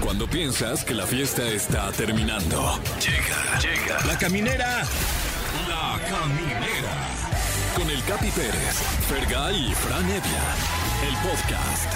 Cuando piensas que la fiesta está terminando. Llega La Caminera. La Caminera. Con el Capi Pérez, Fergay y Fran Evia. El podcast.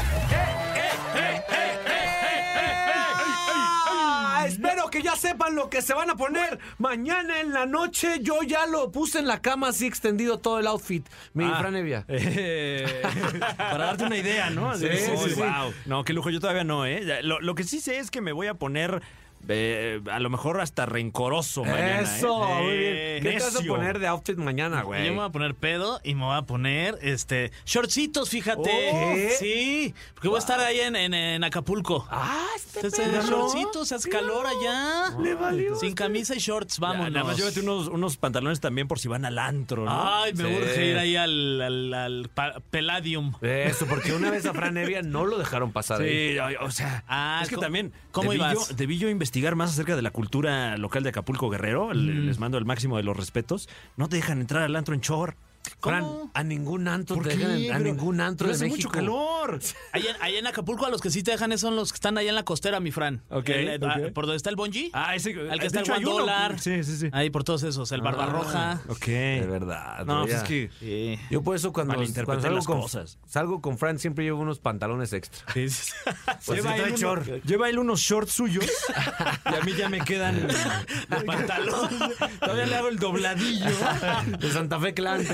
Espero que ya sepan lo que se van a poner mañana en la noche. Yo ya lo puse en la cama así extendido todo el outfit. Mi Fran Evia. Para darte una idea, ¿no? Sí. Wow. No, qué lujo, yo todavía no, ¿eh? Lo que sí sé es que me voy a poner a lo mejor hasta rencoroso mañana. Eso, ¿eh? muy bien. ¿Qué te vas a Necio. poner de outfit mañana, güey? Yo me voy a poner pedo y me voy a poner shortcitos, fíjate. ¿Qué? Sí, porque voy a estar ahí en Acapulco. Shortcitos, hace calor allá. Le valió. Sin camisa y shorts, vámonos. Nada más llévate unos pantalones también por si van al antro, ¿no? Ay, me urge ir ahí al Palladium. Eso, porque una vez a Fran Evia no lo dejaron pasar ahí. Sí, o sea, es que también ¿cómo ibas? debí yo investigar más acerca de la cultura local de Acapulco Guerrero. Les mando el máximo de los respetos. No te dejan entrar al antro en short. Fran, a ningún antro ¿Por te qué? dejan, a Pero- ningún antro pero de hace México. mucho calor. Allá en Acapulco, a los que sí te dejan son los que están allá en la costera, mi Fran. Ok, ok. Por donde está el bungee. Ese El que de está hecho, el hay uno. $1. Sí, sí, sí. Ahí por todos esos, el Barbarroja. Ok. De verdad. No, güey, pues ya. es que Sí. Yo por eso cuando Malinterpreté salgo las con, cosas. salgo con Fran siempre llevo unos pantalones extra. Sí. Pues lleva, sí trae él short. lleva él unos shorts suyos y a mí ya me quedan De pantalón. todavía le hago el dobladillo. De Santa Fe Clan.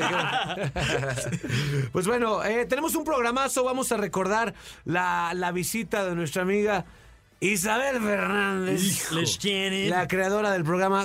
Pues bueno, tenemos un programazo. Vamos a recordar la visita de nuestra amiga Isabel Fernández, Les tienen. la creadora del programa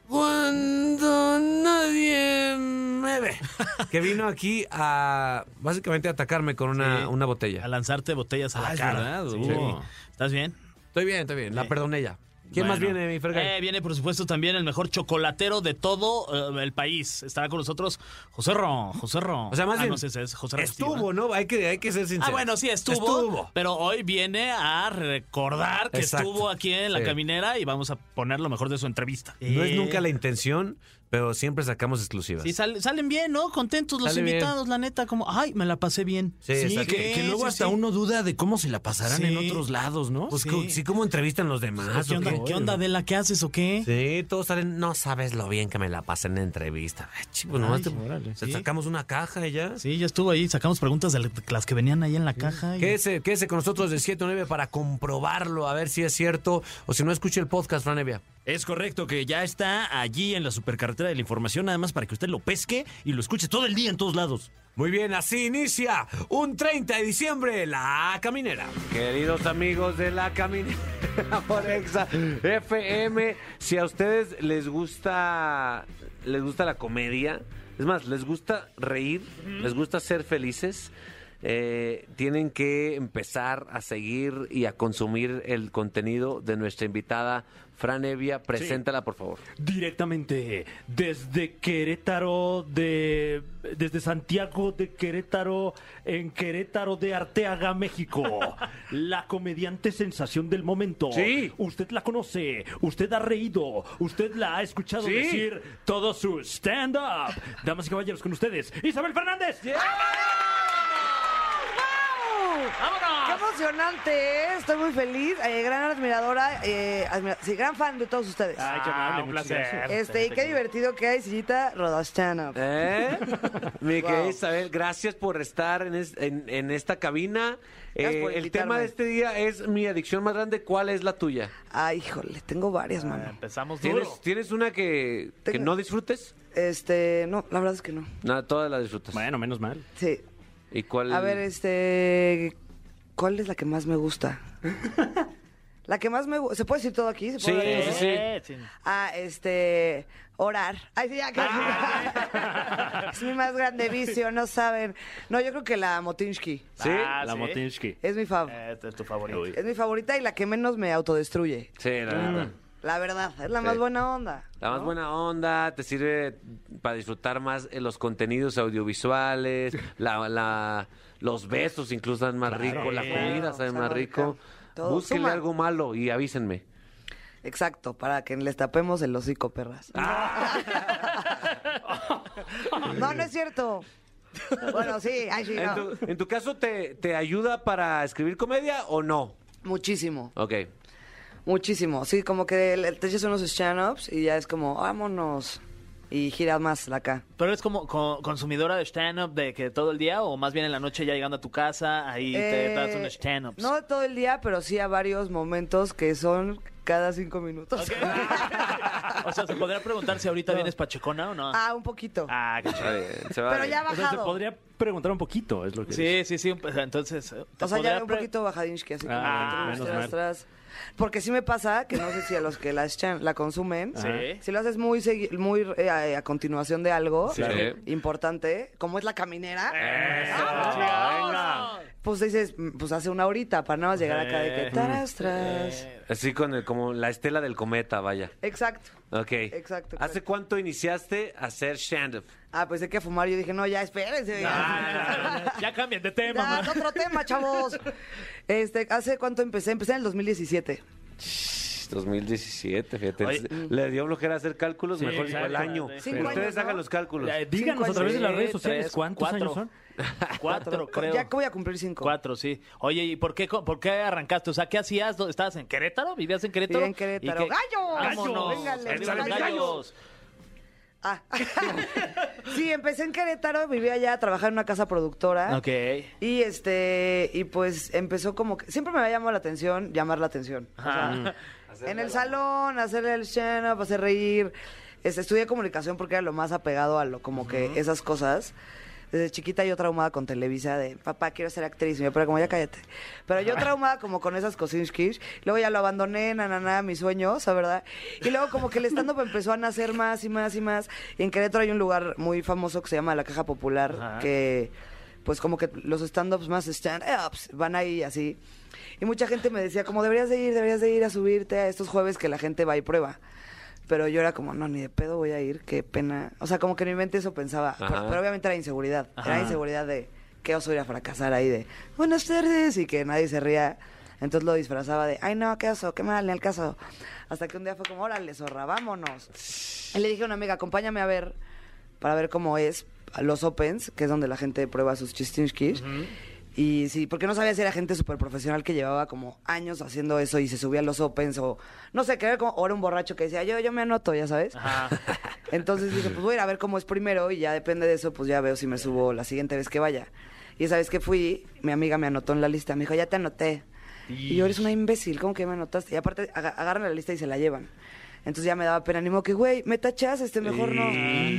Cuando Nadie Me Ve, que vino aquí a básicamente a atacarme con una botella. A lanzarte botellas a la es cara. verdad. Sí. ¿Estás bien? Estoy bien, la perdoné ya. ¿Quién más Bueno. viene, mi Fergay? Viene, por supuesto, también el mejor chocolatero de todo el país. Estará con nosotros José Ro. O sea, más bien, no sé si es José Ro estuvo, Estiva. ¿no? Hay que ser sincero. Ah, bueno, sí, estuvo. Pero hoy viene a recordar que Exacto. estuvo aquí en La Sí. Caminera y vamos a poner lo mejor de su entrevista. No es nunca la intención, pero siempre sacamos exclusivas. Sí, salen bien, ¿no? Contentos los Sale bien. invitados, la neta, como, ay, me la pasé bien. Sí, exacto. Que luego hasta uno duda de cómo se la pasarán Sí. en otros lados, ¿no? Pues Sí. sí, ¿cómo entrevistan los demás? ¿Qué ¿o onda, qué? ¿Qué onda, Adela? ¿Qué haces o qué? Sí, todos salen, no sabes lo bien que me la pasé en la entrevista. Ay, chico, nomás órale, sí. sacamos una caja y ya. Sí, ya estuvo ahí, sacamos preguntas de las que venían ahí en la caja. y- Quédese con nosotros de 7 a 9 para comprobarlo, a ver si es cierto. O si no, escuche el podcast, Fran Evia. Es correcto que ya está allí en la supercarretera de la información, nada más para que usted lo pesque y lo escuche todo el día en todos lados. Muy bien, así inicia un 30 de diciembre La Caminera. Queridos amigos de La Caminera por Exa FM, si a ustedes les gusta la comedia, es más, les gusta reír, les gusta ser felices, tienen que empezar a seguir y a consumir el contenido de nuestra invitada Fran Evia. Preséntala, por favor. Directamente desde Querétaro, desde Santiago de Querétaro, en Querétaro de Arteaga, México. La comediante sensación del momento. Sí. Usted la conoce, usted ha reído, usted la ha escuchado Sí. decir todo su stand-up. Damas y caballeros, con ustedes, Isabel Fernández. ¡Qué emocionante! Estoy muy feliz. Gran admiradora, sí, gran fan de todos ustedes. Ay, qué amable, un placer. Y qué divertido que hay, Sillita Rodostana. Mi querida Wow. Isabel, gracias por estar en esta cabina. Gracias por El invitarme. tema de este día es mi adicción más grande. ¿Cuál es la tuya? Ay, híjole, tengo varias, mano. Empezamos duro. ¿Tienes una que Tengo- no disfrutes? No, la verdad es que no. Nada, todas las disfrutas. Bueno, menos mal. Sí. ¿Y cuál? A ver, ¿cuál es la que más me gusta? La que más me gusta. ¿Se puede decir todo aquí? ¿Se Sí, puede decir? sí. Ah, orar. Ay, sí, ya que es mi más grande vicio, no saben. No, yo creo que la Motinsky. ¿Sí? La Motinsky. Es mi Es tu favorito. Es mi favorita y la que menos me autodestruye. Sí, la verdad. La verdad, es la Sí. más buena onda. La más ¿no? buena onda, te sirve para disfrutar más los contenidos audiovisuales, los besos incluso saben más rico, la comida sabe sabe más rico. rico. Todo Búsquenle suma. algo malo y avísenme. Exacto, para que les tapemos el hocico, perras. No, no es cierto. Bueno, sí, ay, sí, no. ¿En tu caso te ayuda para escribir comedia o no? Muchísimo. Ok. Muchísimo. Sí, como que te echas unos stand-ups y ya es como, vámonos. Y gira más la acá. ¿Pero eres como consumidora de stand-up de que todo el día o más bien en la noche ya llegando a tu casa, ahí te das unos stand-ups? No todo el día, pero sí a varios momentos que son cada 5 minutos. Ok. O sea, ¿se podría preguntar si ahorita vienes pachecona o no? Un poquito. Qué chido. Se va Pero bien. ya O sea, se bajado. podría preguntar un poquito, es lo que Sí, pues, entonces... O sea, ya un poquito bajadinsky, así como menos mal. atrás. Porque sí me pasa, que no sé si a los que la consumen, Sí. si lo haces muy a continuación de algo Sí. importante, como es la caminera, Venga. pues dices, pues hace una horita para nada más llegar acá de que tras. Así con como la estela del cometa, vaya. Exacto. Ok. Exacto. ¿Hace cuánto iniciaste a hacer stand-up? Pues hay que fumar. Yo dije, no, ya espérense. Ya cambian de tema, Ya, man. es otro tema, chavos. ¿Hace cuánto empecé? Empecé en el 2017. 2017, fíjate. Oye. Le dio flojera hacer cálculos, Sí, mejor dijo el exacto. año. 5 Ustedes años, ¿no? hagan los cálculos. Díganos 5 a través de las años. redes sociales Tres, cuántos 4. años son. 4, creo. Ya que voy a cumplir 5. 4, sí. Oye, ¿y por qué arrancaste? O sea, ¿qué hacías? ¿Estabas en Querétaro? ¿Vivías en Querétaro? Vivía en Querétaro. ¿Y qué- ¡Gallos! ¡Vámonos! Véngale, ¡Arriba los gallos! gallos! Sí, empecé en Querétaro, vivía allá, trabajaba en una casa productora. Ok. Y pues empezó como que siempre me había llamado la atención, llamar la atención. O sea, en el salón, hacer el stand-up, hacer reír. Estudié comunicación porque era lo más apegado a lo como que esas cosas. Desde chiquita yo traumada con Televisa de, papá, quiero ser actriz. Y mi papá era como, ya cállate. Pero yo traumada como con esas cosinskis. Luego ya lo abandoné, mis sueños, la verdad. Y luego como que el stand-up empezó a nacer más y más y más. Y en Querétaro hay un lugar muy famoso que se llama La Caja Popular, Ajá. que pues como que los stand-ups más stand-ups van ahí así. Y mucha gente me decía, como deberías de ir a subirte a estos jueves que la gente va y prueba. Pero yo era como, no, ni de pedo voy a ir, qué pena. O sea, como que en mi mente eso pensaba. Pero obviamente era inseguridad. Ajá. Era inseguridad de qué oso ir a fracasar ahí de buenas tardes y que nadie se ría. Entonces lo disfrazaba de, ay no, qué oso, qué mal, ni al caso. Hasta que un día fue como, órale, zorra, vámonos. Y le dije a una amiga, acompáñame a ver, para ver cómo es los opens, que es donde la gente prueba sus chistinskis. Y sí, porque no sabía si era gente súper profesional que llevaba como años haciendo eso y se subía a los opens o no sé, que era como, o era un borracho que decía, yo me anoto, ya sabes. Ajá. Entonces dije, pues voy a ir a ver cómo es primero y ya depende de eso, pues ya veo si me subo la siguiente vez que vaya. Y esa vez que fui, mi amiga me anotó en la lista, me dijo, ya te anoté. Y yo, eres una imbécil, ¿cómo que me anotaste? Y aparte, agarran la lista y se la llevan. Entonces ya me daba pena, ni modo que, güey, me tachas, mejor no.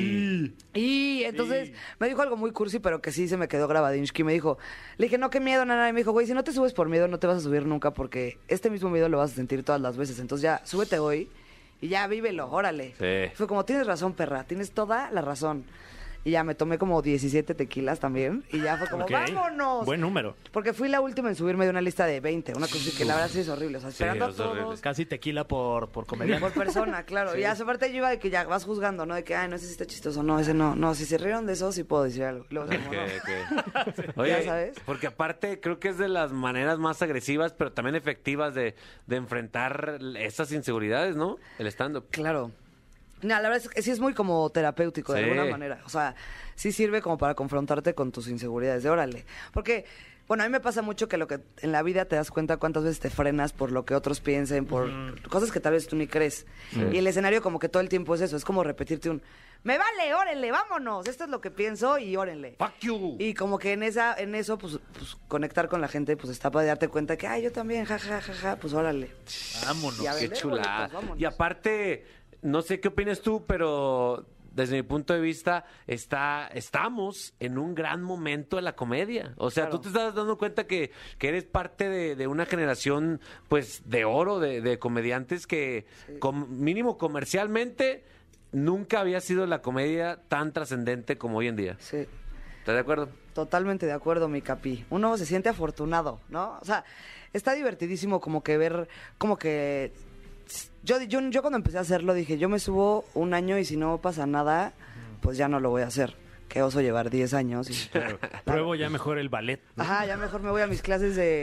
Y entonces me dijo algo muy cursi, pero que sí se me quedó grabadinsky. Me dijo, le dije, no, qué miedo, nana. Y me dijo, güey, si no te subes por miedo, no te vas a subir nunca porque este mismo miedo lo vas a sentir todas las veces. Entonces ya, súbete hoy y ya, vívelo, órale. Sí. Fue como, tienes razón, perra, tienes toda la razón. Y ya me tomé como 17 tequilas también. Y ya fue como, Ok. ¡vámonos! Buen número. Porque fui la última en subirme de una lista de 20. Una cosa que la verdad sí es horrible. O sea, esperando a es horrible. todos. Casi tequila por comediante. Por persona, claro. Y aparte yo iba de que ya vas juzgando, ¿no? De que, ay, no, ese sí está chistoso. No, ese no. No, si se rieron de eso, sí puedo decir algo. Luego, como, no. Ok. Oye, Ya sabes. porque aparte creo que es de las maneras más agresivas, pero también efectivas de enfrentar esas inseguridades, ¿no? El stand-up. Claro. No, la verdad es que sí es muy como terapéutico de Sí. alguna manera. O sea, sí sirve como para confrontarte con tus inseguridades. De órale. Porque, bueno, a mí me pasa mucho que lo que en la vida te das cuenta cuántas veces te frenas por lo que otros piensen, por cosas que tal vez tú ni crees. Y el escenario como que todo el tiempo es eso. Es como repetirte me vale, órenle, vámonos. Esto es lo que pienso y órenle. ¡Fuck you! Y como que en eso, pues conectar con la gente, pues está para darte cuenta que, ay, yo también, ja, pues órale. Vámonos. Y a Qué vender chulada. boletos, vámonos. Y aparte, no sé qué opinas tú, pero desde mi punto de vista, estamos en un gran momento de la comedia. O sea, Claro. tú te estás dando cuenta que eres parte de una generación, pues, de oro, de comediantes que, mínimo comercialmente, nunca había sido la comedia tan trascendente como hoy en día. Sí. ¿Estás de acuerdo? Totalmente de acuerdo, mi capi. Uno se siente afortunado, ¿no? O sea, está divertidísimo como que ver, como que... Yo cuando empecé a hacerlo dije, yo me subo un año y si no pasa nada, pues ya no lo voy a hacer. Qué oso llevar 10 años. Y... Pruebo ya mejor el ballet. ¿no? Ajá, ya mejor me voy a mis clases de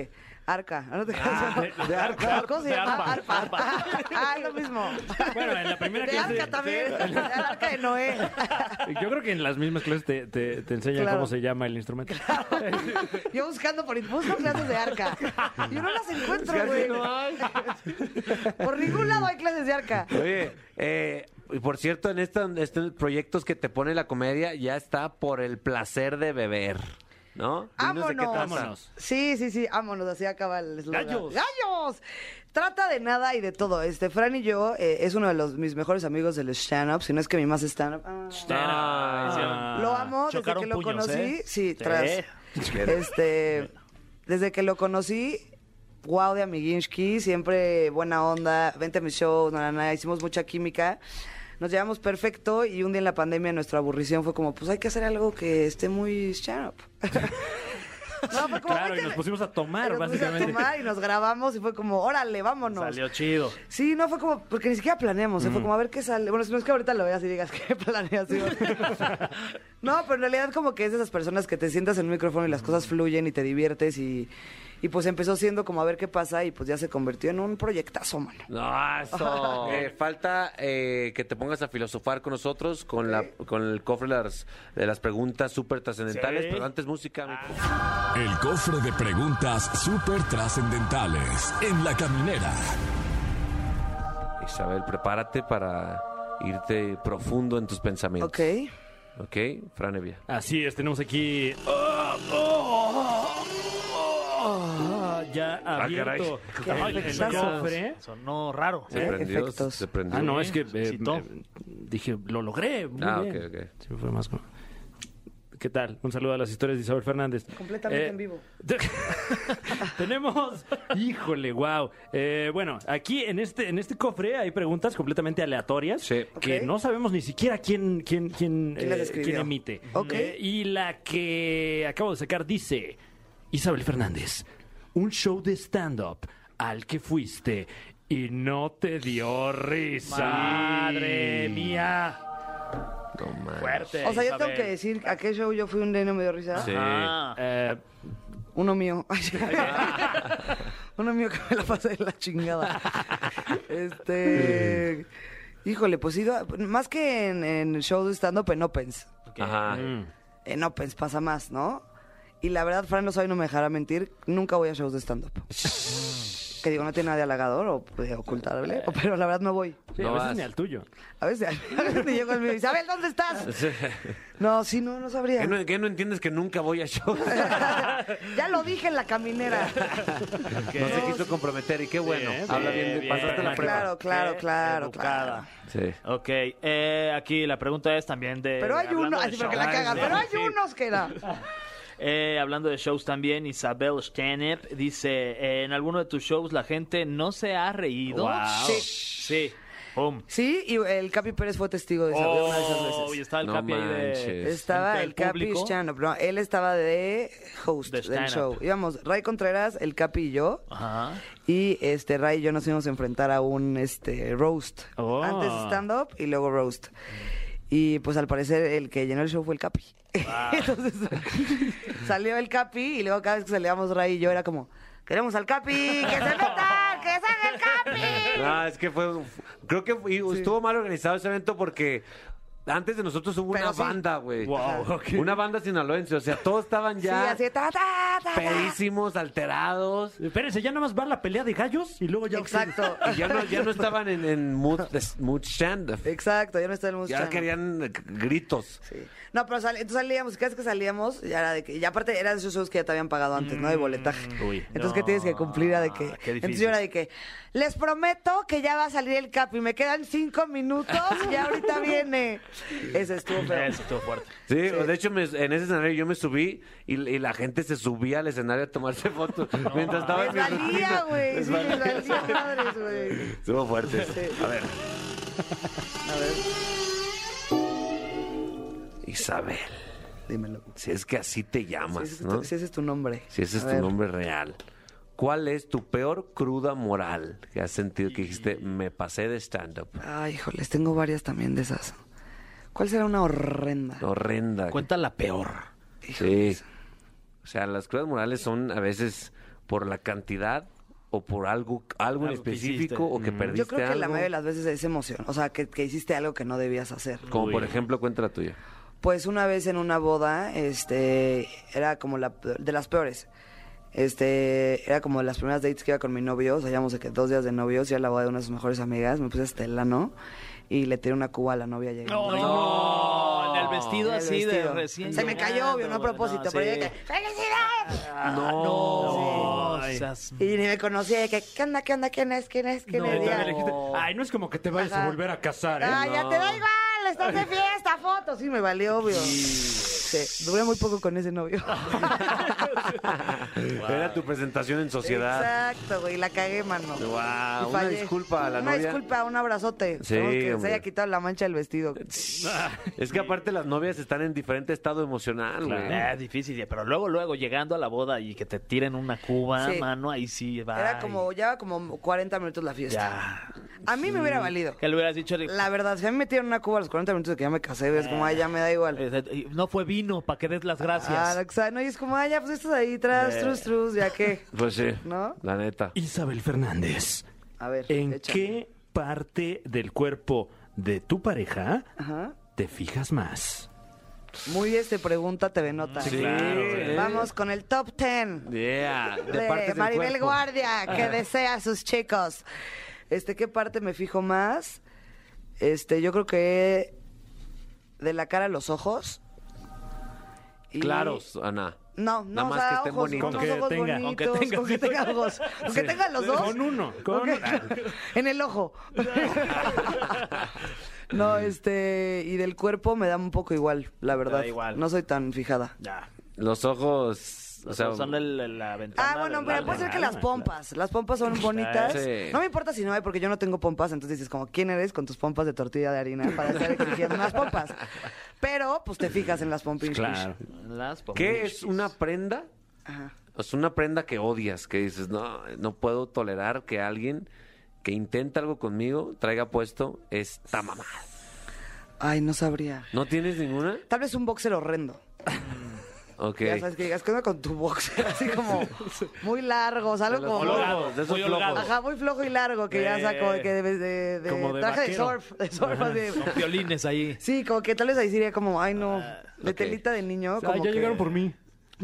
Arca. ¿No te de arca. ¿Cómo se llama? Arpa. Ah, lo mismo. Bueno, en la primera De clase... Arca también. De Arca de Noé. Yo creo que en las mismas clases te enseñan Claro. cómo se llama el instrumento. Yo busco clases de Arca. Yo no las encuentro, güey. Por ningún lado hay clases de Arca. Oye, y por cierto, en estos proyectos que te pone la comedia, ya está Por el placer de beber, ¿no? Dinos de qué trata. Vámonos. Sí, vámonos, así acaba el eslogan. ¡Gallos! ¡Gallos! Trata de nada y de todo. Fran y yo, es uno de mis mejores amigos del stand-up, si no es que mi más stand-up. Lo amo desde Chocaron que lo puños, conocí. ¿eh? Sí, Sí. tras. Desde que lo conocí, wow de amiguinski, siempre buena onda, vente a mis shows, hicimos mucha química. Nos llevamos perfecto y un día en la pandemia nuestra aburrición fue como, pues hay que hacer algo que esté muy stand-up. No, fue como, Claro, y "Vente". nos pusimos a tomar, Nos pusimos básicamente. a tomar y nos grabamos y fue como, órale, vámonos. Salió chido. Sí, no fue como, porque ni siquiera planeamos, fue como a ver qué sale. Bueno, si no es que ahorita lo veas y digas qué planeación. No, pero en realidad como que es de esas personas que te sientas en un micrófono y las cosas fluyen y te diviertes y pues empezó siendo como a ver qué pasa y pues ya se convirtió en un proyectazo, mano. No, eso. Falta que te pongas a filosofar con nosotros con el cofre de las preguntas súper trascendentales, Sí. pero antes música. mijo. El cofre de preguntas súper trascendentales en La Caminera. Isabel, prepárate para irte profundo en tus pensamientos. Ok. Ok, Fran Evia. Así es, tenemos aquí... ya abierto caray. el Efectazos. cofre. Sonó raro. Se prendió, efectos. se prendió. Ah, no, es que Citó. dije, lo logré. Muy bien. ok. Sí, fue más como... ¿Qué tal? Un saludo a las historias de Isabel Fernández. Completamente en vivo. Tenemos, híjole, wow. Bueno, aquí en este cofre hay preguntas completamente aleatorias Sí. que Ok. no sabemos ni siquiera quién las escribió? quién emite. Ok. Y la que acabo de sacar dice, Isabel Fernández, un show de stand-up al que fuiste y no te dio risa. Madre mía. No mames. Fuerte. O sea, yo tengo Isabel. que decir a qué show yo fui un día y no me dio risa. Sí. Ah. Uno mío. Uno mío que me la pasé de la chingada. Híjole, pues iba, más que en shows de stand-up, en Opens. Ajá. En Opens pasa más, ¿no? Y la verdad, Fran no me dejará mentir, nunca voy a shows de stand-up. Que digo, no tiene nada de halagador o ocultable, pero la verdad no voy. Sí, No a veces vas. ni al tuyo. A veces me llego el mío y Isabel, ¿dónde estás? No, sí, no sabría. ¿Qué no entiendes que nunca voy a show? Ya lo dije en la caminera. No se quiso comprometer y qué bueno. Bien, Habla bien, bien, pasaste la prueba. Claro. Educada. Sí. Ok, aquí la pregunta es también de... Pero hay hablando uno, de así porque shows. la cagan, pero hay Sí. unos que era. Hablando de shows también, Isabel Stanep dice, en alguno de tus shows la gente no se ha reído. Wow. Sí. Pum. Sí, y el Capi Pérez fue testigo de, de una de esas Oh, y veces. está el No Capi ahí de... manches. Estaba frente el al Capi público. stand-up, no, él estaba de host De del stand-up. show. Íbamos Ray Contreras, el Capi y yo. Ajá. Y Ray y yo nos íbamos a enfrentar a un roast. Oh. Antes stand-up y luego roast. Y pues al parecer el que llenó el show fue el Capi. Entonces salió el Capi y luego cada vez que salíamos Ray y yo era como, queremos al Capi, que se metan, que salga el Capi. No, es que creo que estuvo mal organizado ese evento porque antes de nosotros hubo Pero una sí. banda, güey. Wow, ok. Una banda sinaloense, o sea, todos estaban Sí, ya así, ta, ta, ta, ta. pedísimos, alterados. Espérense, ya nada más va la pelea de gallos y luego ya... Exacto. Y ya no estaban en mood stand-up. Exacto, ya no está el músico. Ya querían gritos. Sí. No, pero entonces salíamos, cada vez que salíamos, ya era de que, y aparte eran esos shows que ya te habían pagado antes, ¿no? De boletaje. Uy. Entonces, ¿qué tienes que cumplir? Era de que, qué difícil. entonces yo era de que, les prometo que ya va a salir el Capi, me quedan 5 minutos y ya ahorita viene. Ese estuvo feo. Eso estuvo fuerte. Sí, de hecho en ese escenario yo me subí y la gente se subía al escenario a tomarse fotos mientras estaba en Les mi valía, rutina. güey. Les Sí, valía. les valía madres, güey. Estuvo fuerte. A ver. A ver, Isabel, dímelo. si es que así te llamas, Si ¿no? ese es tu nombre. Si ese es A tu ver. nombre real. ¿Cuál es tu peor cruda moral que has sentido que dijiste, me pasé de stand-up? Ay, híjoles, tengo varias también de esas. ¿Cuál será una horrenda? Horrenda. Cuenta la peor. Sí. O sea, las crudas morales son a veces por la cantidad o por algo en Algo que específico hiciste. o que perdiste Yo creo que algo? la mayoría de las veces es emoción. O sea, que hiciste algo que no debías hacer. Como por ejemplo, cuenta la tuya. Pues una vez en una boda, era como de las peores. Era como de las primeras dates que iba con mi novio. O sea, llevamos de que 2 días de novios. Y era la boda de una de sus mejores amigas. Me puse hasta el ano y le tiré una cuba a la novia llegando. No, en el vestido En el así de vestido. recién. Se me cayó, obvio, no a propósito. No, pero sí. yo de que, ¡felicidades! No, Ay. seas- Y ni me conocía. De que, ¿qué onda? ¿Qué onda? ¿Quién es? ¿Quién es? ¿Quién No. es? También Ya. le dijiste, ay, no es como que te vayas a Ajá. volver a casar, ¿eh? Ay, ya te da igual, estás de fiesta, fotos. Sí, me valió, obvio. Sí, duré muy poco con ese novio. Era tu presentación en sociedad. Exacto, güey, la cagué, mano. Wow, Y una fallé. disculpa a la Una novia. disculpa, un abrazote. Sí, Esperemos que se hombre. haya quitado la mancha del vestido. Es que aparte las novias están en diferente estado emocional, güey. Es difícil, pero luego llegando a la boda y que te tiren una cuba, Sí. mano, ahí sí va. Era como, lleva como 40 minutos la fiesta. Ya. A mí me hubiera valido. Que le hubieras dicho. La verdad, si a mí me tiran una cuba a los 40 minutos de que ya me casé, es como, ay, ya me da igual. No fue vino, para que des las gracias. Ah, exacto. No, y es como, ay, ya, pues estás ahí, trus, ya qué. Pues sí, ¿No? la neta. Isabel Fernández, A ver, ¿en échale. qué parte del cuerpo de tu pareja Ajá. te fijas más? Muy pregunta TV Nota. Sí, claro, güey. Vamos con el top 10 Yeah, de partes del Maribel cuerpo. Guardia, que desea a sus chicos. ¿Qué parte me fijo más? Yo creo que de la cara a los ojos. Y- Claros, Ana. No, Nada o más sea, que estén ojos, bonitos. unos Con que ojos tenga. bonitos, Con que tenga, con que tenga ojos. Con que tenga los dos. Con uno, con Ok. uno. En el ojo. No, y del cuerpo me da un poco igual, la verdad. igual. No soy tan fijada. Ya. Los ojos, o sea, son la ventana. Ah, bueno, del mira, alma. puede ser que las pompas. Las pompas son bonitas. Sí. No me importa si no hay, porque yo no tengo pompas. Entonces dices, como, ¿quién eres con tus pompas de tortilla de harina para estar eligiendo unas pompas? Pero, pues te fijas en las pompis. Claro. Las ¿qué es una prenda? Ajá. O sea, una prenda que odias, que dices, no puedo tolerar que alguien que intenta algo conmigo traiga puesto esta mamada. Ay, no sabría. ¿No tienes ninguna? Tal vez un boxer horrendo. Ok. Ya sabes que digas, ¿qué onda con tu boxer? Así como muy largo, o sea, algo como... Flojos, de esos Muy holgado. flojos. Ajá, muy flojo y largo, que ya saco que de Como de traje vaquero. de surf, así. Con violines ahí. Sí, como que tal vez ahí sería como, ay no, de ok. telita de niño. Como Ay, ya que- llegaron por mí.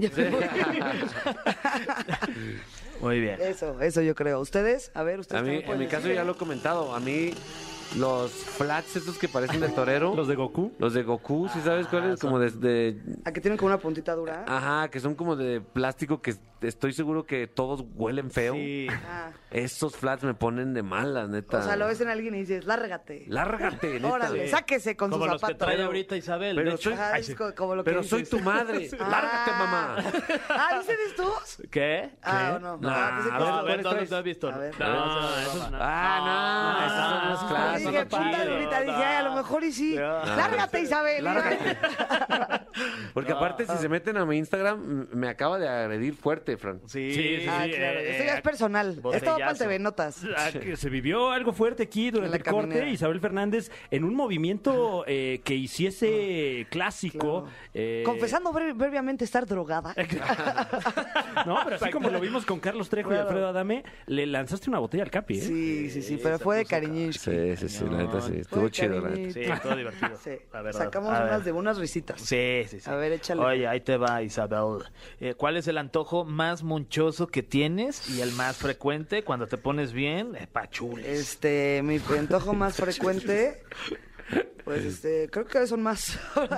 Muy bien. Eso yo creo. ¿Ustedes? A ver, ustedes A mí, también en pueden mi caso decir. ya lo he comentado. A mí, los flats estos que parecen de torero. ¿Los de Goku? Los de Goku, ¿sí sabes cuáles? Como de... ¿A que tienen como una puntita dura? Ajá, que son como de plástico que estoy seguro que todos huelen feo. Sí. Ah, Estos flats me ponen de malas, neta. o sea, lo ves en alguien y dices, lárgate. Lárgate, neta. Órale, sáquese con Como sus los que zapatos. trae ahorita Isabel. pero de hecho. soy- Ajá, es como lo que Pero soy dices. tu madre. Lárgate, mamá. Ah, ¿viste de estos? ¿Qué? Ah, ¿o no? No, Ah, pensé que a No, ver, estos- no, ¿cuáles no he visto. A ver. No, esos no. Ah, no, esas son las Yo clásicas. dije, punta chido, durita, dije, ay, a lo mejor y sí. Lárgate, Isabel. Porque aparte, si se meten a mi Instagram, me acaba de agredir fuerte, Fran. Sí. Sí, Ah, claro. Esto ya es personal. Esto va para el botellazo. TV Notas. Ah, que se vivió algo fuerte aquí durante En la el corte. caminera. Isabel Fernández, en un movimiento que hiciese clásico. Confesando previamente estar drogada. No, pero así como lo vimos con Carlos Trejo y Claro. Alfredo Adame, le lanzaste una botella al Capi, ¿eh? Sí, pero fue de cariñish. Sí, la neta sí. Estuvo chido, la neta. Sí, todo divertido. Sí. La verdad. Sacamos A ver. unas de unas risitas. Sí. A ver, échale. Oye, ahí te va, Isabel. ¿Cuál es el antojo más monchoso que tienes y el más frecuente cuando te pones bien? Pachules. Mi antojo más frecuente, pues creo que son más.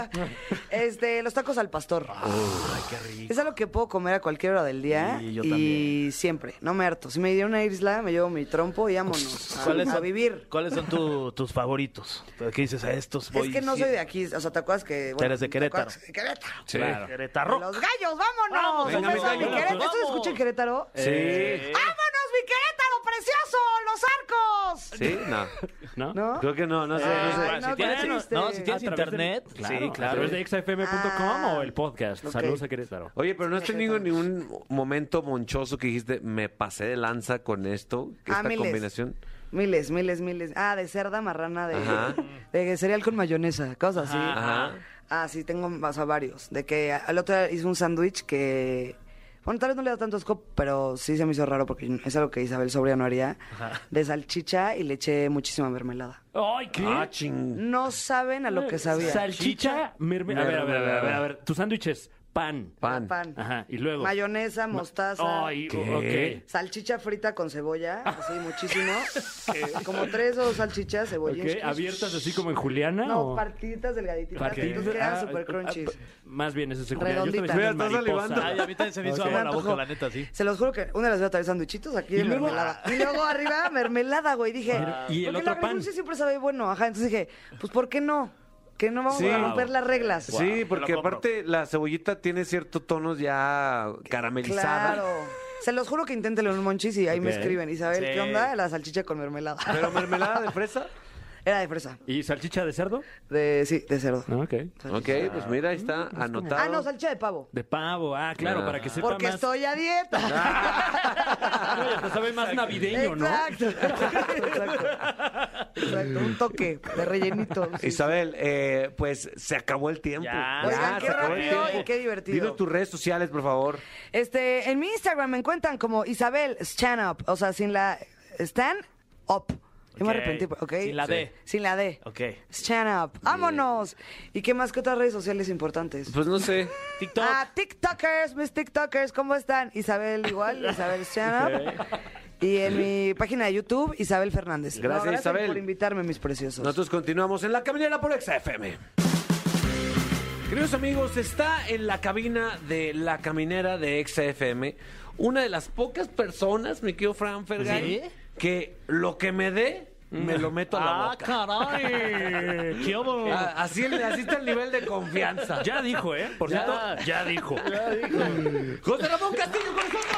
Los tacos al pastor. Ay, qué rico. Es algo que puedo comer a cualquier hora del día Sí, yo y también. siempre, no me harto. Si me diera una isla, me llevo mi trompo y vámonos a vivir. ¿Cuáles son tus favoritos? ¿Qué dices a estos? Es que no soy de aquí, o sea, ¿te acuerdas que... bueno, Eres de ¿te Querétaro. acuerdas? De Querétaro. Sí. Claro. Querétaro. ¡Los gallos, vámonos! Vamos, venga, ¿Ustedes mis son de gallos, Querétaro? ¿Esto se vamos. escucha en Querétaro? Sí. ¡Vámonos, mi Querétaro precioso! ¡Los arcos! ¿Sí? No. ¿No? ¿No? Creo que no sé. Ay, Si no, tienes, qué triste. no, si tienes A través internet, del- sí, A claro. través de exafm.com Ah. o el podcast. Ok. Saludos a Querétaro. Oye, pero ¿no has tenido ningún momento monchoso que dijiste, me pasé de lanza con esto? Esta miles. combinación. Miles. Ah, de cerda marrana, Ajá. de cereal con mayonesa, cosas así. Ajá. Ah, sí, tengo varios. De que al otro día hice un sándwich que Bueno, tal vez no le da tanto asco, pero sí se me hizo raro porque es algo que Isabel Sobria no haría. De salchicha y le eché muchísima mermelada. ¡Ay, qué! Ah, ching. No saben a lo que sabía. Salchicha, mermelada. A ver. Tu sándwich es pan. Pan. Ajá, y luego. Mayonesa, mostaza. Ay, ¿Qué? ok. Salchicha frita con cebolla, así muchísimo. Como 3 o 2 salchichas, cebolla. Ok, ¿abiertas así como en Juliana? No, o? partiditas delgaditas. Partiditas. Entonces quedan Ah, súper crunchy. Más bien es ese Juliana. Yo Redondita. estaba Mira, diciendo estás mariposa. salivando. Ay, a mí también se me hizo Ok. agua la Me boca, antojó. la neta, sí. Se los juro que una vez voy a traer sanduichitos aquí Y de luego- mermelada. Y luego arriba, mermelada, güey. Dije, ¿Y el porque otro el pan? agridulce siempre sabe bueno. Ajá, entonces dije, pues ¿por qué no? Que no vamos Sí. a romper las reglas. Sí, porque lo compro. aparte la cebollita tiene ciertos tonos ya caramelizada. Claro. Se los juro que inténtenlo en un monchis y ahí me Ok. escriben. Isabel, Sí. ¿qué onda? La salchicha con mermelada. Pero mermelada de fresa. Era de fresa. ¿Y salchicha de cerdo? Sí, de cerdo. Ah, ok. Ok, pues mira, ahí está anotado. Ah, no, salchicha de pavo. De pavo, claro, Ah. para que sepa Porque más. estoy a dieta. No, y hasta sabe más navideño, ¿no? Exacto. Exacto. Un toque de rellenito. Sí. Isabel, pues se acabó el tiempo. Ya. Oigan, qué se acabó el rápido tiempo. y qué divertido. Dime tus redes sociales, por favor. En mi Instagram me encuentran como Isabel Stand Up, o sea, sin la Stand Up. Yo me Ok. arrepentí, ¿ok? Sin la D. Sin la D. Ok. Stand Up. ¡Vámonos! ¿Y qué más que otras redes sociales importantes? Pues no sé. TikTok. TikTokers, mis TikTokers, ¿cómo están? Isabel igual, Isabel Stand Up. Y en mi página de YouTube, Isabel Fernández. Gracias, Isabel. por invitarme, mis preciosos. Nosotros continuamos en La Caminera por XFM. Queridos amigos, está en la cabina de La Caminera de XFM una de las pocas personas, mi querido Fran Fergay, ¿Sí? que lo que me dé, me lo meto a la boca. caray! ¡Qué hubo! Así está el nivel de confianza. Ya dijo, ¿eh? Por Ya. cierto, ya dijo. José Ramón Castillo con nosotros.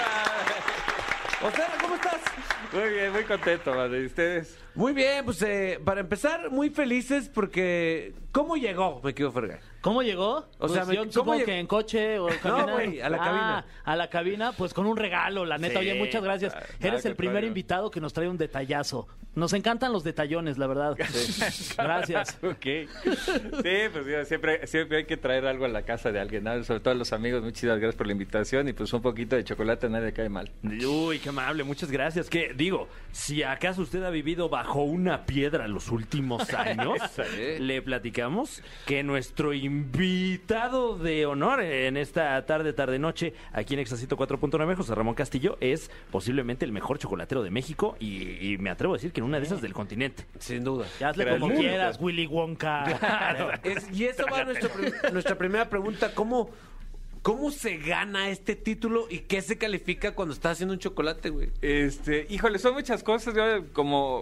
José, ¿cómo estás? Muy bien, muy contento, madre. ¿Y ustedes? Muy bien, pues para empezar, muy felices porque... ¿Cómo llegó, mi querido Fergay? ¿Cómo llegó? O sea, yo ¿cómo supongo llegó? que en coche o caminando. güey, a la cabina. A la cabina, pues con un regalo, la neta. Sí. Oye, muchas gracias. Eres al el primer contrario. invitado que nos trae un detallazo. Nos encantan los detallones, la verdad. Gracias. Ok. Sí, pues digo, siempre hay que traer algo a la casa de alguien, ¿no? Sobre todo a los amigos. Muchas gracias por la invitación y pues un poquito de chocolate a nadie cae mal. Uy, qué amable, muchas gracias. Que digo, si acaso usted ha vivido bajo una piedra los últimos años, le platicamos que nuestro invitado de honor en esta tarde-noche, aquí en Exacito 4.9, José Ramón Castillo, es posiblemente el mejor chocolatero de México y me atrevo a decir que en una de esas del continente. Sin duda. Ya hazle Gracias. como quieras, Willy Wonka. Y eso va a nuestra primera pregunta. ¿Cómo se gana este título y qué se califica cuando estás haciendo un chocolate, güey? Híjole, son muchas cosas, yo, como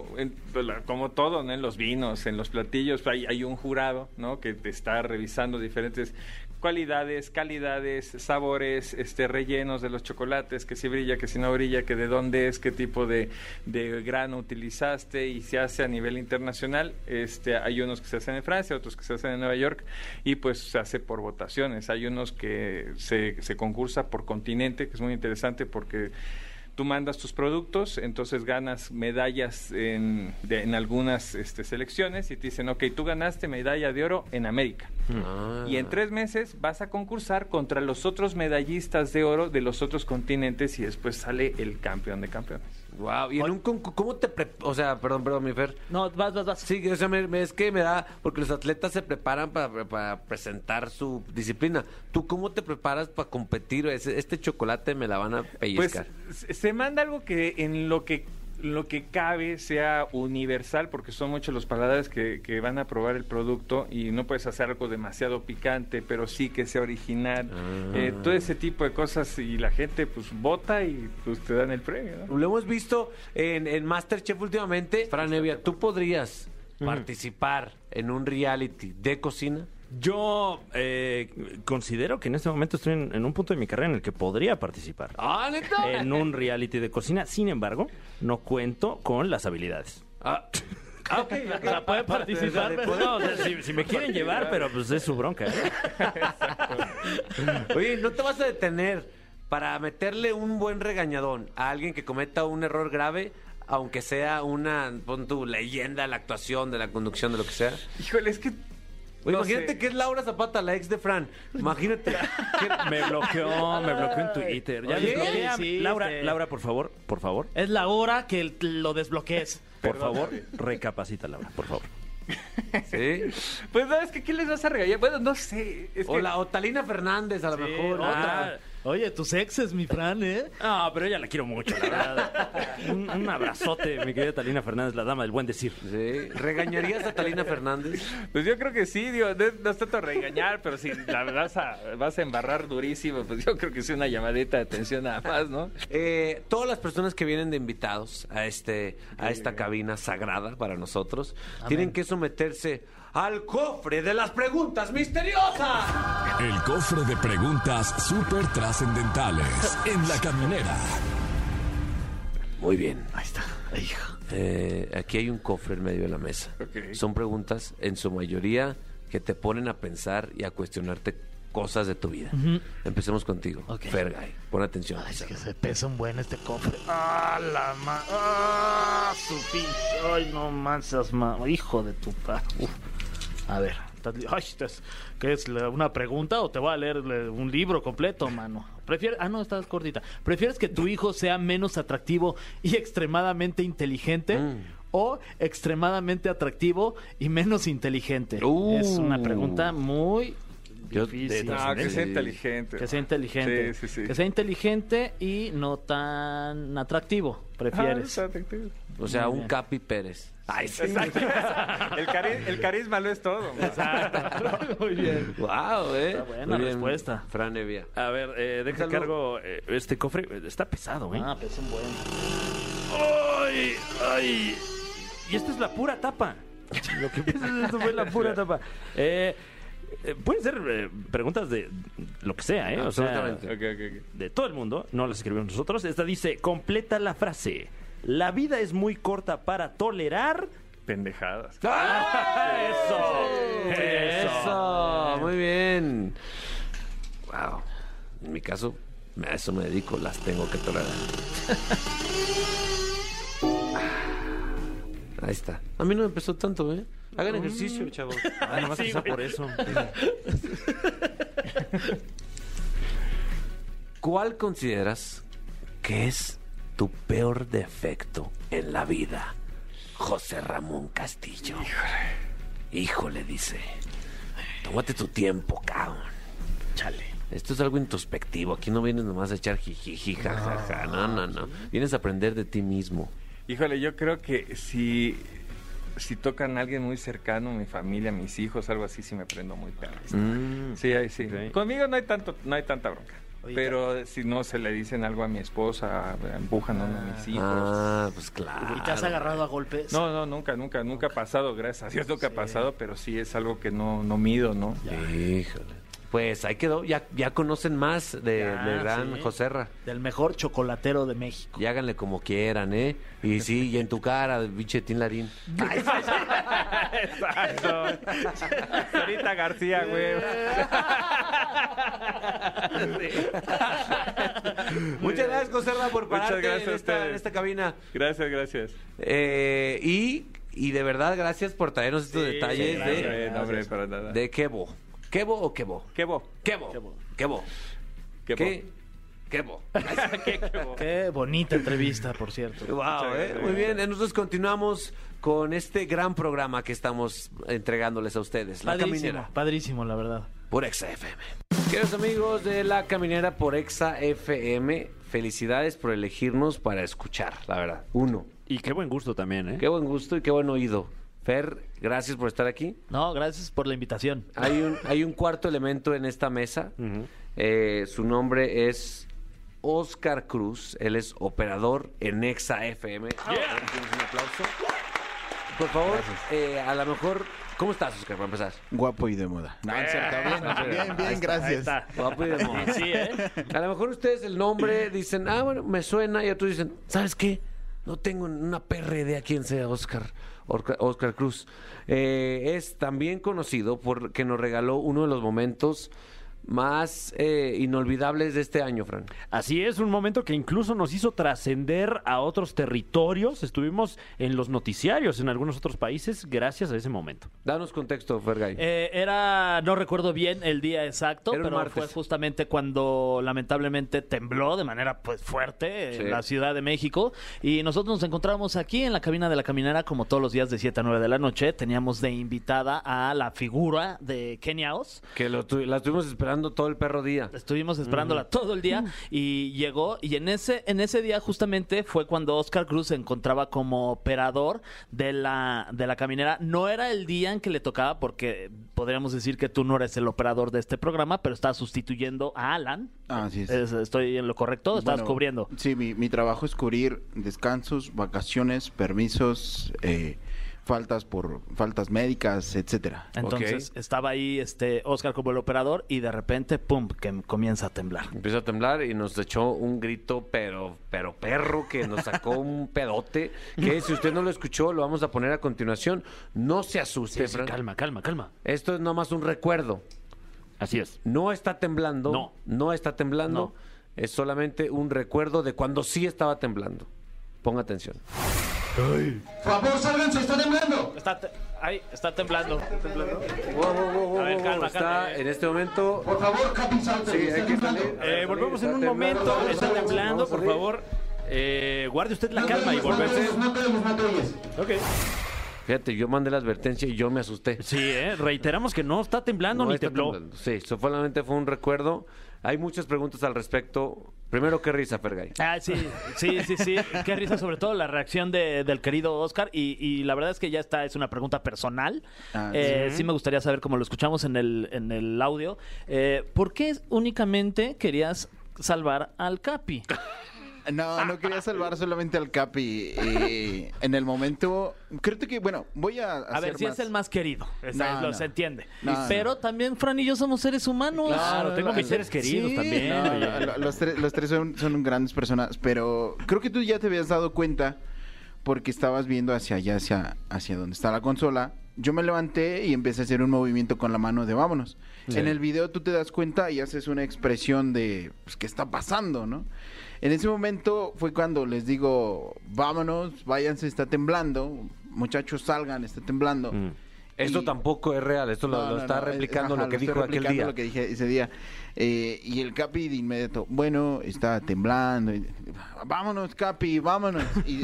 todo, ¿no? En los vinos, en los platillos, hay un jurado, ¿no? Que te está revisando diferentes cualidades, calidades, sabores, rellenos de los chocolates, que si brilla, que si no brilla, que de dónde es, qué tipo de grano utilizaste, y se hace a nivel internacional. Hay unos que se hacen en Francia, otros que se hacen en Nueva York, y pues se hace por votaciones. Hay unos que se concursa por continente, que es muy interesante porque tú mandas tus productos, entonces ganas medallas en algunas selecciones y te dicen, ok, tú ganaste medalla de oro en América. Y en 3 meses vas a concursar contra los otros medallistas de oro de los otros continentes y después sale el campeón de campeones. Wow. Y en un ¿cómo te o sea, perdón, mi Fer. No, vas. Sí, o sea, es que me da, porque los atletas se preparan para presentar su disciplina. ¿Tú cómo te preparas para competir? Este chocolate me la van a pellizcar. Pues se manda algo que en lo que cabe sea universal, porque son muchos los paladares que van a probar el producto y no puedes hacer algo demasiado picante, pero sí que sea original. Todo ese tipo de cosas, y la gente pues vota y pues te dan el premio, ¿no? Lo hemos visto en MasterChef últimamente. Fran Evia, ¿tú podrías participar en un reality de cocina? Yo considero que en este momento estoy en un punto de mi carrera en el que podría participar ¡Ah, neta! en un reality de cocina. Sin embargo, no cuento con las habilidades. Ok. O sea, puede participar, pero No, o sea, si me quieren llevar, pero pues es su bronca, ¿eh? Oye, ¿no te vas a detener para meterle un buen regañadón a alguien que cometa un error grave, aunque sea pon tu leyenda de la actuación, de la conducción, de lo que sea? Híjole, es que Oye, No imagínate sé. que es Laura Zapata, la ex de Fran. Imagínate. Me bloqueó en Twitter. Ya Oye, desbloquea. sí, Laura, por favor, Es la hora que lo desbloquees. por favor, recapacita, Laura, por favor. ¿Sí? Pues no, es que ¿qué les vas a regañar? Bueno, no sé. Es que... O Talina Fernández, a lo mejor. Otra. Oye, tus exes, mi Fran, ¿eh? No, pero ella la quiero mucho, la verdad. Un abrazote, mi querida Talina Fernández, la dama del buen decir. Sí. ¿Regañarías a Talina Fernández? Pues yo creo que sí, digo, no es tanto regañar, pero si la vas a embarrar durísimo, pues yo creo que sí una llamadita de atención nada más, ¿no? Todas las personas que vienen de invitados a esta cabina sagrada para nosotros tienen que someterse al cofre de las preguntas misteriosas. El cofre de preguntas súper trascendentales en La Caminera. Muy bien. Ahí está. Aquí hay un cofre en medio de la mesa. Ok. Son preguntas, en su mayoría, que te ponen a pensar y a cuestionarte cosas de tu vida. Empecemos contigo. Ok. Fergay, pon atención. Ay, es que se pesa un buen este cofre. ¡Ah, la ma... ¡Ah, su pinche! ¡Ay, no manches, hijo de tu pa... Uf. A ver. Ay, ¿qué es? ¿Una pregunta o te voy a leer un libro completo, mano? No, estás cortita. ¿Prefieres que tu hijo sea menos atractivo y extremadamente inteligente? ¿O extremadamente atractivo y menos inteligente? Es una pregunta muy difícil. No, que sea inteligente. Que sea inteligente. Sí, sí, sí. Que sea inteligente y no tan atractivo, prefieres. O sea, Muy un bien. Capi Pérez. Ay, sí. Exacto. El carisma lo es todo. ¿no? Muy bien. Wow, Está buena Muy bien, respuesta. Fran Evia. A ver, deja Déjalo. cargo este cofre. Está pesado, ¿eh? Pesa un buen. ¡Ay! ¡Ay! Y esta es la pura tapa. Lo que piensas es esto fue la pura tapa. Pueden ser preguntas de lo que sea, ¿eh? O sea, Absolutamente. Ok. de todo el mundo. No las escribimos nosotros. Esta dice, completa la frase. La vida es muy corta para tolerar... Pendejadas. ¡Eso! Eso, muy bien. Wow. En mi caso, a eso me dedico, las tengo que tolerar. Ahí está. A mí no me empezó tanto, ¿eh? Hagan ejercicio, chavos. Ah, nomás quizá por eso. ¿Cuál consideras que es tu peor defecto en la vida? José Ramón Castillo. Híjole, dice. Tómate tu tiempo, cabrón. Chale. Esto es algo introspectivo. Aquí no vienes nomás a echar jijiji, jajaja. No. Vienes a aprender de ti mismo. Híjole, yo creo que si tocan a alguien muy cercano, mi familia, mis hijos, algo así, sí me prendo muy perro. Sí, ahí sí. Ok. Conmigo no hay tanta bronca. Oye, Pero si no se le dicen algo a mi esposa, empujan a uno de mis hijos. Ah, pues claro. ¿Y te has agarrado a golpes? No, nunca ha pasado, gracias a Dios nunca ha pasado, pero sí es algo que no mido, ¿no? Híjole. Pues ahí quedó. Ya conocen más de gran sí. Joserra. Del mejor chocolatero de México. Y háganle como quieran, ¿eh? Y sí, y en tu cara, pinche Tin Larín. Exacto. Ahorita García, güey. Muchas gracias, Joserra, por Muchas pararte gracias a en ustedes. esta cabina. Gracias. Y de verdad, gracias por traernos estos detalles No, hombre, para nada. de Quebo. ¿Quebo o Quebo? Quebo. Quebo. Quebo. ¿Qué? Quebo. Qué bonita entrevista, por cierto. Wow, muy bien. Nosotros continuamos con este gran programa que estamos entregándoles a ustedes. La Caminera. Padrísimo, la verdad. Por Exa FM. Queridos amigos de La Caminera por Exa FM, felicidades por elegirnos para escuchar, la verdad. Y qué buen gusto también, ¿eh? Qué buen gusto y qué buen oído. Fer, gracias por estar aquí. No, gracias por la invitación. Hay un cuarto elemento en esta mesa. Su nombre es Oscar Cruz. Él es operador en Exa FM. Un aplauso. Por favor, a lo mejor... ¿Cómo estás, Oscar, para empezar? Guapo y de moda. No, es cierto. Bien, gracias. Guapo y de moda. Sí, ¿eh? A lo mejor ustedes el nombre dicen, bueno, me suena, y otros dicen, ¿sabes qué? No tengo una perra idea quién sea Oscar Cruz. Es también conocido porque nos regaló uno de los momentos más inolvidables de este año, Fran. Así es, un momento que incluso nos hizo trascender a otros territorios. Estuvimos en los noticiarios en algunos otros países gracias a ese momento. Danos contexto, Fergay. No recuerdo bien el día exacto, Era un pero martes. fue justamente cuando lamentablemente tembló de manera pues fuerte Sí. en la Ciudad de México y nosotros nos encontrábamos aquí en la cabina de La Caminera como todos los días de 7 a 9 de la noche. Teníamos de invitada a la figura de Kenia Oz. Que la estuvimos esperando todo el perro día. Estuvimos esperándola todo el día y llegó y en ese día justamente fue cuando Oscar Cruz se encontraba como operador de la caminera. No era el día en que le tocaba porque podríamos decir que tú no eres el operador de este programa, pero estás sustituyendo a Alan. Así es. Estoy en lo correcto, estás Bueno, cubriendo. Sí, mi trabajo es cubrir descansos, vacaciones, permisos, faltas médicas, etcétera. Entonces estaba ahí Oscar como el operador y de repente, pum, que comienza a temblar. Empieza a temblar y nos echó un grito, pero perro, que nos sacó un pedote, que si usted no lo escuchó, lo vamos a poner a continuación. No se asuste, Sí, Fran. calma. Esto es nomás un recuerdo. Así es. No está temblando. No está temblando. No. Es solamente un recuerdo de cuando sí estaba temblando. Ponga atención. Favor, sálganse, está temblando. Está temblando. Wow, A ver, calma, está calma. en este momento. Por favor, Capi, salte. Sí, está hay que temblando. salir. Volvemos en Está un temblando. momento. Está temblando, Vamos a por salir. favor. Guarde usted la No calma y te oyes, volvemos. no te oyes, no te oyes. Ok. Fíjate, yo mandé la advertencia y yo me asusté. Sí, reiteramos que no está temblando No ni está tembló. temblando. Sí, solamente fue un recuerdo. Hay muchas preguntas al respecto. Primero, qué risa, Fergay. Sí. Qué risa, sobre todo la reacción del querido Oscar. Y la verdad es que ya es una pregunta personal. Sí me gustaría saber, como lo escuchamos en el audio, ¿por qué únicamente querías salvar al Capi? No quería salvar solamente al Capi. En el momento, creo que, bueno, voy a A ver, si es el más querido. No. Se entiende. No, Pero también Fran y yo somos seres humanos. Claro, tengo mis seres queridos también. Los tres son grandes personas, pero creo que tú ya te habías dado cuenta porque estabas viendo hacia allá, hacia donde está la consola. Yo me levanté y empecé a hacer un movimiento con la mano de vámonos. Sí. En el video tú te das cuenta y haces una expresión de pues, ¿qué está pasando, no? En ese momento fue cuando les digo, vámonos, váyanse, está temblando, muchachos salgan, está temblando. Esto Y- tampoco es real, esto lo está replicando ajá, lo que estoy dijo aquel replicando día. lo que dije ese día. Y el Capi de inmediato, bueno, está temblando. Vámonos, Capi, vámonos.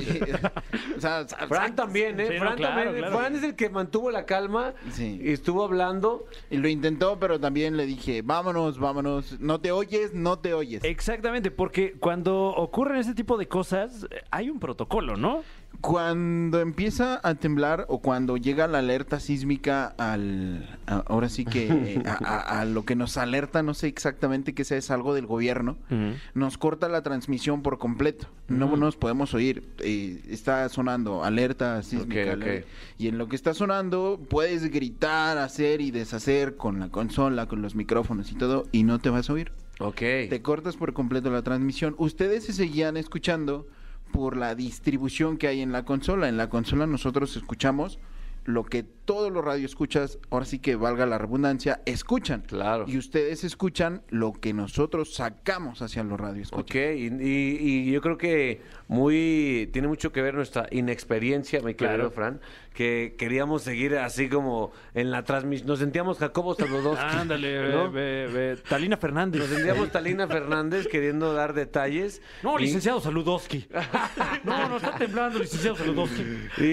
O sea, Fran también, ¿eh? Sí, no, Fran claro, también. claro. Fran es el que mantuvo la calma Sí. y estuvo hablando. Y lo intentó, pero también le dije, vámonos, no te oyes, no te oyes. Exactamente, porque cuando ocurren ese tipo de cosas, hay un protocolo, ¿no? Cuando empieza a temblar o cuando llega la alerta sísmica ahora sí que a lo que nos alerta, no sé exactamente qué sea, es algo del gobierno, nos corta la transmisión por completo. No nos podemos oír. Está sonando alerta sísmica. Ok. Y en lo que está sonando puedes gritar, hacer y deshacer con la consola, con los micrófonos y todo, y no te vas a oír. Ok. Te cortas por completo la transmisión. Ustedes se seguían escuchando por la distribución que hay en la consola. En la consola nosotros escuchamos lo que todos los radioescuchas, ahora sí que valga la redundancia, escuchan. Claro. Y ustedes escuchan lo que nosotros sacamos hacia los radioescuchas. Ok, y yo creo que tiene mucho que ver nuestra inexperiencia, mi querido Claro. Fran, que queríamos seguir así como en la transmisión. Nos sentíamos Jacobo Saludowski. Ándale, ¿no? Talina Fernández. Nos sentíamos Talina Fernández queriendo dar detalles. No, Y- licenciado Saludowski. No, está temblando, licenciado Saludowski.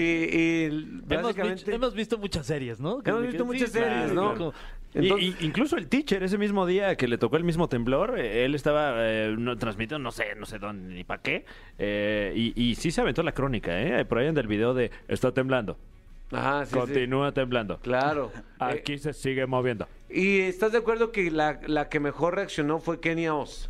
Y básicamente... Hemos visto muchas series, ¿no? Hemos visto muchas series, ¿no? claro. Entonces- Incluso el teacher, ese mismo día que le tocó el mismo temblor, él estaba transmitiendo, no sé dónde ni para qué, y sí se aventó la crónica, por ahí en el video de está temblando, Ajá, sí, sí. continúa temblando, Claro. aquí se sigue moviendo. ¿Y estás de acuerdo que la que mejor reaccionó fue Kenia Oz?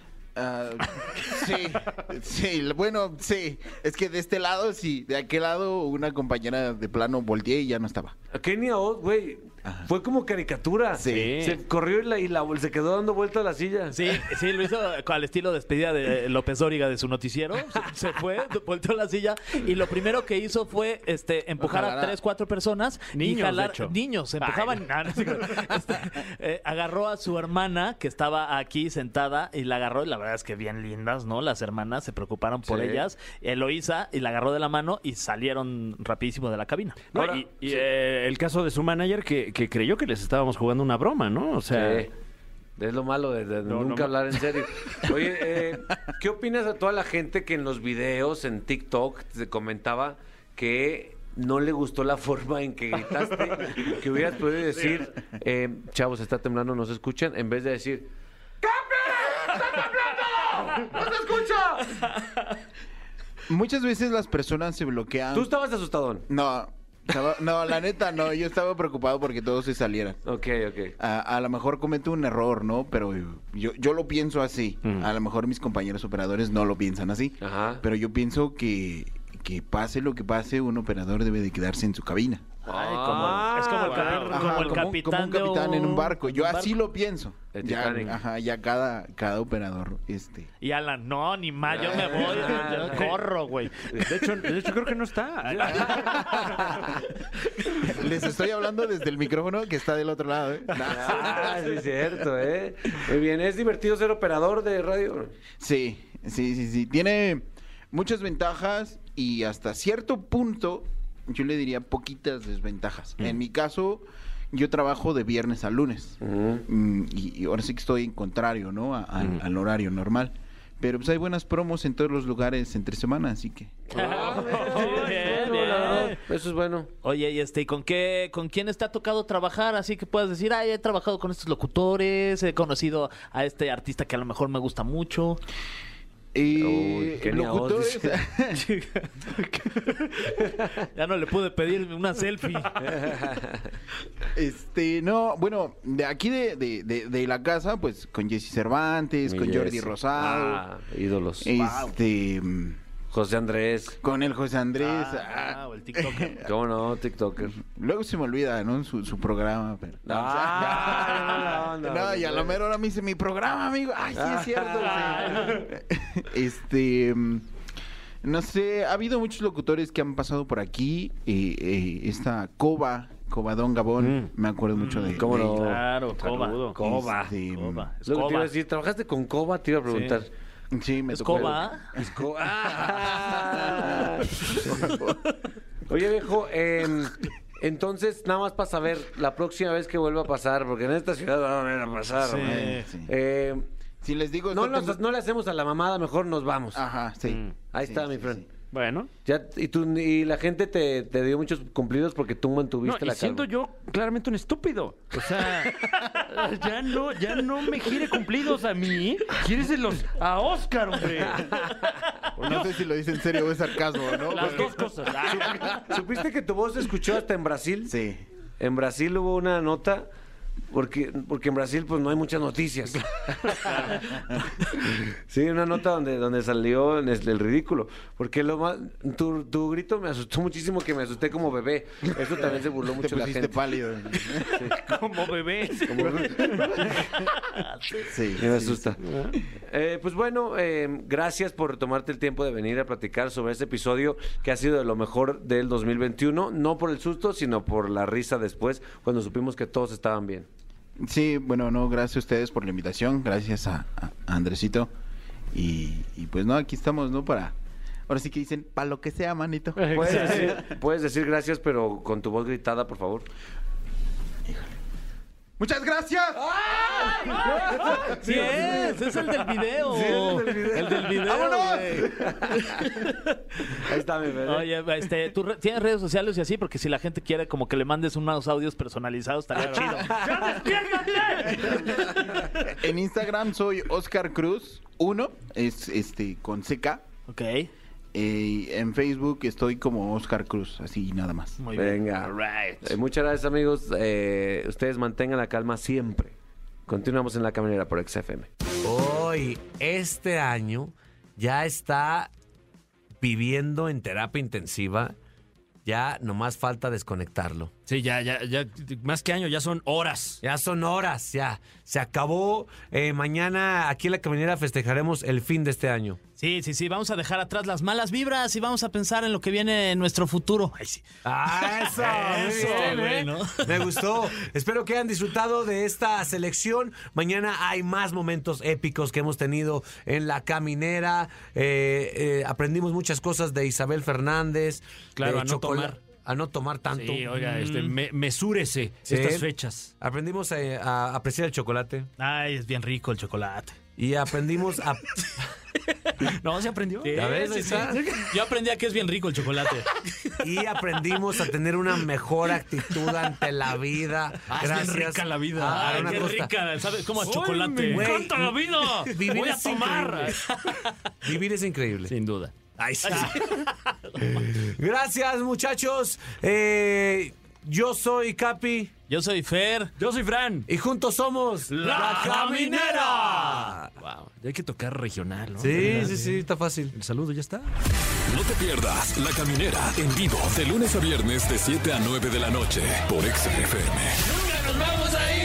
Sí, bueno, sí. Es que de este lado sí, de aquel lado una compañera de plano volteé y ya no estaba. Kenia Oz, güey, Fue como caricatura. Sí. Se corrió se quedó dando vuelta a la silla. Sí, lo hizo al estilo despedida de López Dóriga de su noticiero. Se fue, volteó la silla y lo primero que hizo fue empujar a 3, 4 personas Niños, y jalar. de hecho. Niños, se empujaban. Agarró a su hermana que estaba aquí sentada y la agarró. Y la verdad es que bien lindas, ¿no? Las hermanas se preocuparon por Sí. ellas. Eloísa y la agarró de la mano y salieron rapidísimo de la cabina. No, Ahora, y el caso de su manager que creyó que les estábamos jugando una broma, ¿no? O sea, Sí. Es lo malo de No, nunca no. hablar en serio. Oye, ¿qué opinas de toda la gente que en los videos, en TikTok, te comentaba que no le gustó la forma en que gritaste? Que hubieras podido decir, chavos, está temblando, no se escuchan, en vez de decir, ¡Capi! ¡Está temblando! ¡No se escucha! Muchas veces las personas se bloquean. Tú estabas asustadón. No, la neta no. Yo estaba preocupado porque todos se salieran. Ok, ok. A lo mejor cometo un error, ¿no? Pero yo lo pienso así. A lo mejor mis compañeros operadores no lo piensan así. Ajá. Pero yo pienso que pase lo que pase, un operador debe de quedarse en su cabina. Ay, es como el, Ajá, como el como capitán, un capitán en un barco. Yo así lo pienso. De Ya, Titanic. ya cada operador, Y Alan, no, ni más, yo me voy, yo corro, güey. de hecho creo que no está. Les estoy hablando desde el micrófono que está del otro lado, ¿eh? Ah, sí, es cierto, ¿eh? Muy bien, ¿es divertido ser operador de radio? Sí. Tiene muchas ventajas y hasta cierto punto, yo le diría poquitas desventajas. En mi caso, yo trabajo de viernes a lunes. Y ahora sí que estoy en contrario, ¿no? Al horario normal. Pero pues hay buenas promos en todos los lugares entre semana, así que... Bien, bien. Eso es bueno. Oye, ¿y con quiénes te ha tocado trabajar? Así que puedas decir, he trabajado con estos locutores, he conocido a este artista que a lo mejor me gusta mucho. Kenia Oz, locutores... Ya no le pude pedir una selfie. No, bueno, de aquí de la casa, pues con Jesse Cervantes, con Jordi Jesse. Rosado, Ah, ídolos. José Andrés. con el José Andrés. El TikToker. ¿Cómo no? TikToker. Luego se me olvida, ¿no? Su programa. Pero... No, y a la mera hora me dice, mi programa, amigo. Ay, sí, es cierto. No sé, ha habido muchos locutores que han pasado por aquí. Esta Cobadón Gabón, me acuerdo mucho de... ¿Cómo no? Claro, Saludo. Coba. Lo que te iba a Escoba. decir, ¿trabajaste con Coba? Te iba a preguntar. Sí, me tocó. Escoba. Ah. Oye, viejo, entonces, nada más para saber, la próxima vez que vuelva a pasar, porque en esta ciudad va a volver a pasar. Sí. hombre. Si les digo... No, esto tengo- no le hacemos a la mamada, mejor nos vamos. Ajá, sí. Ahí Sí, está, sí, mi sí. friend. Bueno. Ya, y la gente te dio muchos cumplidos porque tú No, mantuviste y la siento calma. yo claramente un estúpido. O sea, ya no me gire cumplidos a mí. Gíreselos a Oscar, hombre. No sé si lo dice en serio o es sarcasmo, ¿no? Las dos cosas. ¿Supiste que tu voz se escuchó hasta en Brasil? Sí. En Brasil hubo una nota porque en Brasil pues no hay muchas noticias. Sí, una nota donde salió el ridículo. Porque tu grito me asustó muchísimo, que me asusté como bebé. Eso también se burló Te mucho la pusiste gente. pálido. Como bebé. Sí. Me asusta. Pues bueno, gracias por tomarte el tiempo de venir a platicar sobre este episodio que ha sido de lo mejor del 2021. No por el susto, sino por la risa después, cuando supimos que todos estaban bien. Sí, bueno, no, gracias a ustedes por la invitación, gracias a Andresito. Y pues no, aquí estamos, ¿no? Ahora sí que dicen, para lo que sea, manito. Puedes decir gracias, pero con tu voz gritada, por favor. ¡Muchas gracias! Sí, es el del video. El del video. ¡Vámonos! güey. Ahí está mi bebé. Oye, ¿tú tienes redes sociales y así? Porque si la gente quiere como que le mandes unos audios personalizados, estaría chido. En Instagram soy Oscar Cruz 1, es con CK. Ok, En Facebook estoy como Oscar Cruz, así nada más. muy bien. Venga. Alright. Muchas gracias, amigos. Ustedes mantengan la calma siempre. Continuamos en La Caminera por XFM. Hoy, este año, ya está viviendo en terapia intensiva. Ya nomás falta desconectarlo. Sí, ya, más que años, ya son horas. Ya son horas, ya. Se acabó. Mañana aquí en La Caminera festejaremos el fin de este año. Sí, vamos a dejar atrás las malas vibras y vamos a pensar en lo que viene en nuestro futuro. Ay, sí. Ah, eso, muy bien, bueno. Me gustó. Espero que hayan disfrutado de esta selección. Mañana hay más momentos épicos que hemos tenido en La Caminera. Aprendimos muchas cosas de Isabel Fernández. Claro, a no tomar. A no tomar tanto. Sí, oiga, mesúrese estas fechas. Aprendimos a apreciar el chocolate. Ay, es bien rico el chocolate. Y aprendimos a... ¿No se aprendió? Sí, ¿Ya ves? sí, sí. Yo aprendí a que es bien rico el chocolate. Y aprendimos a tener una mejor actitud ante la vida. Es bien rica la vida. Ay, Qué rica, ¿sabes? Como a chocolate. Me encanta la vida. Vivir Voy a es tomar. Vivir es increíble. Sin duda. Ay, sí. Gracias, muchachos. Yo soy Capi. Yo soy Fer. Yo soy Fran. Y juntos somos La Caminera. Wow, hay que tocar regional, ¿no? Sí, está fácil. El saludo ya está. No te pierdas La Caminera en vivo de lunes a viernes de 7 a 9 de la noche por Exa FM. ¡Nunca nos vamos a ir!